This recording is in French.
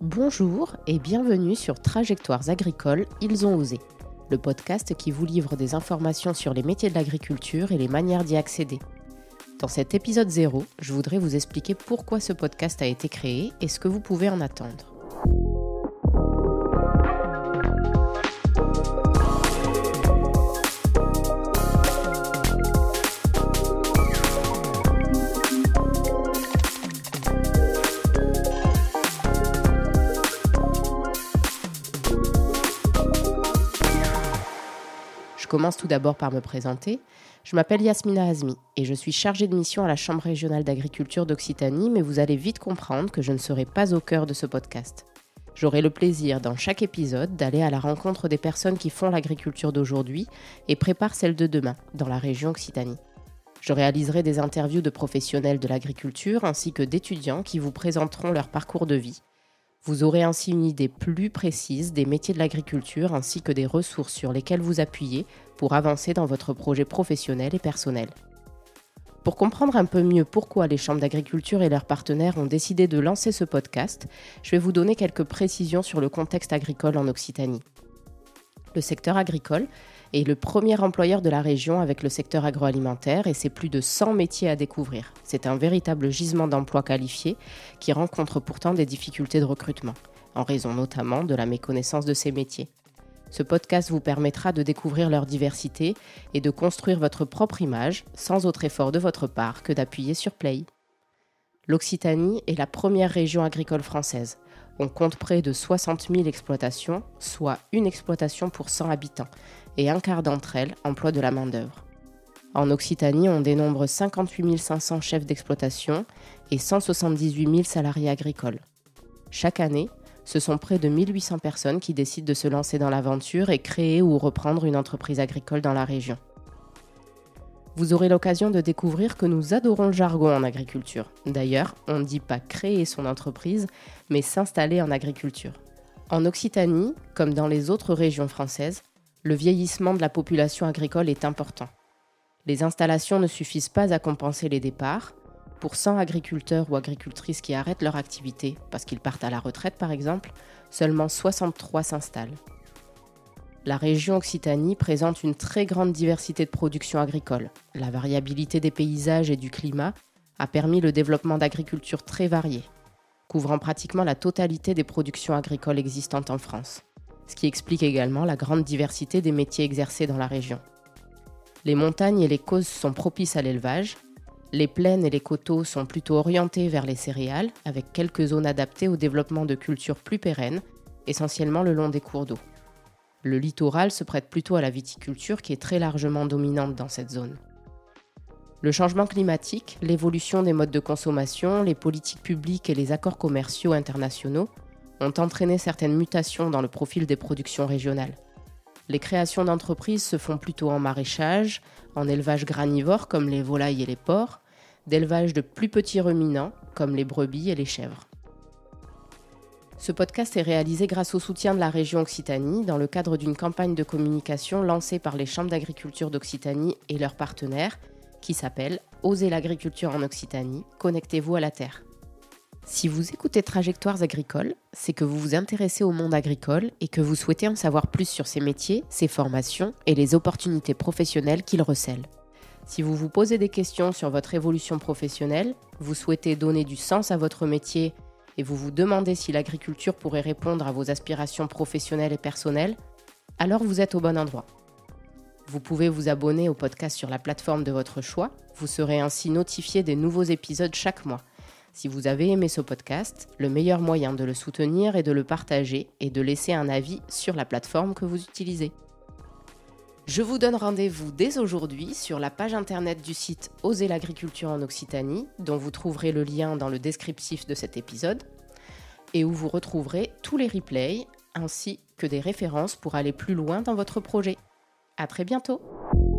Bonjour et bienvenue sur Trajectoires agricoles, ils ont osé, le podcast qui vous livre des informations sur les métiers de l'agriculture et les manières d'y accéder. Dans cet épisode 0, je voudrais vous expliquer pourquoi ce podcast a été créé et ce que vous pouvez en attendre. Je commence tout d'abord par me présenter. Je m'appelle Yasmina Azmi et je suis chargée de mission à la Chambre régionale d'agriculture d'Occitanie, mais vous allez vite comprendre que je ne serai pas au cœur de ce podcast. J'aurai le plaisir dans chaque épisode d'aller à la rencontre des personnes qui font l'agriculture d'aujourd'hui et préparent celle de demain dans la région Occitanie. Je réaliserai des interviews de professionnels de l'agriculture ainsi que d'étudiants qui vous présenteront leur parcours de vie. Vous aurez ainsi une idée plus précise des métiers de l'agriculture ainsi que des ressources sur lesquelles vous appuyez pour avancer dans votre projet professionnel et personnel. Pour comprendre un peu mieux pourquoi les chambres d'agriculture et leurs partenaires ont décidé de lancer ce podcast, je vais vous donner quelques précisions sur le contexte agricole en Occitanie. Le secteur agricole est le premier employeur de la région avec le secteur agroalimentaire et c'est plus de 100 métiers à découvrir. C'est un véritable gisement d'emplois qualifiés qui rencontre pourtant des difficultés de recrutement, en raison notamment de la méconnaissance de ces métiers. Ce podcast vous permettra de découvrir leur diversité et de construire votre propre image sans autre effort de votre part que d'appuyer sur Play. L'Occitanie est la première région agricole française. On compte près de 60 000 exploitations, soit une exploitation pour 100 habitants, et un quart d'entre elles emploient de la main-d'œuvre. En Occitanie, on dénombre 58 500 chefs d'exploitation et 178 000 salariés agricoles. Chaque année, ce sont près de 1800 personnes qui décident de se lancer dans l'aventure et créer ou reprendre une entreprise agricole dans la région. Vous aurez l'occasion de découvrir que nous adorons le jargon en agriculture. D'ailleurs, on ne dit pas créer son entreprise, mais s'installer en agriculture. En Occitanie, comme dans les autres régions françaises, le vieillissement de la population agricole est important. Les installations ne suffisent pas à compenser les départs. Pour 100 agriculteurs ou agricultrices qui arrêtent leur activité parce qu'ils partent à la retraite par exemple, seulement 63 s'installent. La région Occitanie présente une très grande diversité de production agricole. La variabilité des paysages et du climat a permis le développement d'agricultures très variées, couvrant pratiquement la totalité des productions agricoles existantes en France, ce qui explique également la grande diversité des métiers exercés dans la région. Les montagnes et les causses sont propices à l'élevage, les plaines et les coteaux sont plutôt orientés vers les céréales, avec quelques zones adaptées au développement de cultures plus pérennes, essentiellement le long des cours d'eau. Le littoral se prête plutôt à la viticulture qui est très largement dominante dans cette zone. Le changement climatique, l'évolution des modes de consommation, les politiques publiques et les accords commerciaux internationaux ont entraîné certaines mutations dans le profil des productions régionales. Les créations d'entreprises se font plutôt en maraîchage, en élevage granivore comme les volailles et les porcs, d'élevage de plus petits ruminants comme les brebis et les chèvres. Ce podcast est réalisé grâce au soutien de la région Occitanie dans le cadre d'une campagne de communication lancée par les chambres d'agriculture d'Occitanie et leurs partenaires qui s'appelle « Osez l'agriculture en Occitanie, connectez-vous à la terre ». Si vous écoutez Trajectoires agricoles, c'est que vous vous intéressez au monde agricole et que vous souhaitez en savoir plus sur ses métiers, ses formations et les opportunités professionnelles qu'il recèle. Si vous vous posez des questions sur votre évolution professionnelle, vous souhaitez donner du sens à votre métier et vous vous demandez si l'agriculture pourrait répondre à vos aspirations professionnelles et personnelles, alors vous êtes au bon endroit. Vous pouvez vous abonner au podcast sur la plateforme de votre choix, vous serez ainsi notifié des nouveaux épisodes chaque mois. Si vous avez aimé ce podcast, le meilleur moyen de le soutenir est de le partager et de laisser un avis sur la plateforme que vous utilisez. Je vous donne rendez-vous dès aujourd'hui sur la page internet du site Osez l'agriculture en Occitanie, dont vous trouverez le lien dans le descriptif de cet épisode, et où vous retrouverez tous les replays ainsi que des références pour aller plus loin dans votre projet. À très bientôt!